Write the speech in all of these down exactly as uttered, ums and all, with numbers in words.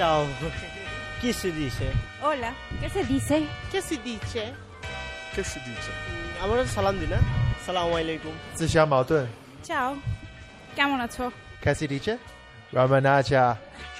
Ciao. Chi si dice? Hola, ¿qué se dice? ¿Qué se dice? ¿Qué se dice? আমরা সালাম দিই না আসসালামু আলাইকুম 自相矛盾 Ciao, chiamo una ciò. che si dice? Ramanaja.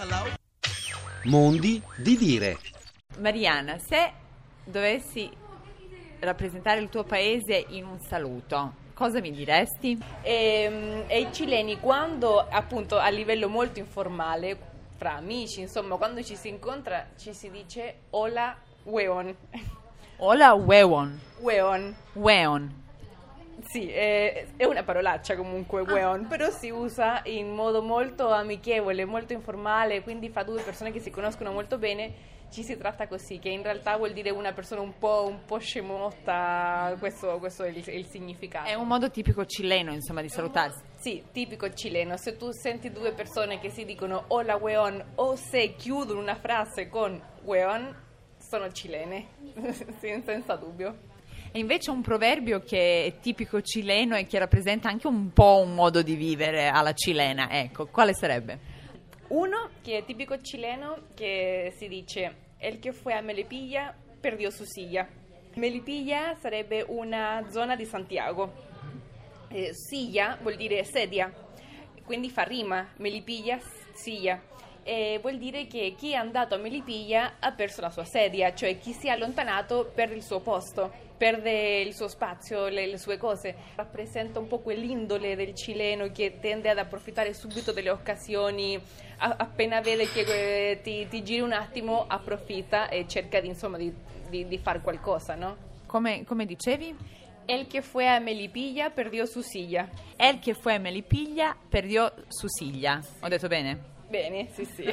Mondi di dire. Mariana, se dovessi rappresentare il tuo paese in un saluto, cosa mi diresti? E, e i cileni, quando appunto a livello molto informale, fra amici, insomma, quando ci si incontra ci si dice hola weon. Hola weon. Weon. Weon. Sì, è, è una parolaccia comunque, weon, però si usa in modo molto amichevole, molto informale, quindi fra due persone che si conoscono molto bene ci si tratta così, che in realtà vuol dire una persona un po', un po' scemotta, questo, questo è, il, è il significato. È un modo tipico cileno, insomma, di salutarsi. Sì, tipico cileno. Se tu senti due persone che si dicono hola weon o se chiudono una frase con weon, sono cilene, senza dubbio. E invece un proverbio che è tipico cileno e che rappresenta anche un po' un modo di vivere alla cilena, ecco, quale sarebbe? Uno che è tipico cileno che si dice el que fue a Melipilla perdió su silla. Melipilla sarebbe una zona di Santiago. Eh, silla vuol dire sedia, quindi fa rima, Melipilla, silla. E vuol dire che chi è andato a Melipilla ha perso la sua sedia, cioè chi si è allontanato perde il suo posto, perde il suo spazio, le, le sue cose. Rappresenta un po' quell'indole del cileno che tende ad approfittare subito delle occasioni, a, appena vede che eh, ti, ti giri un attimo, approfitta e cerca di, insomma, di, di, di fare qualcosa, no? Come, come dicevi? El que fue a Melipilla perdió su silla. El que fue a Melipilla perdió su silla. Ho detto bene? Bene, sì, sì.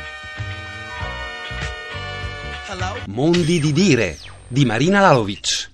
Mondi di dire di Marina Lalovic.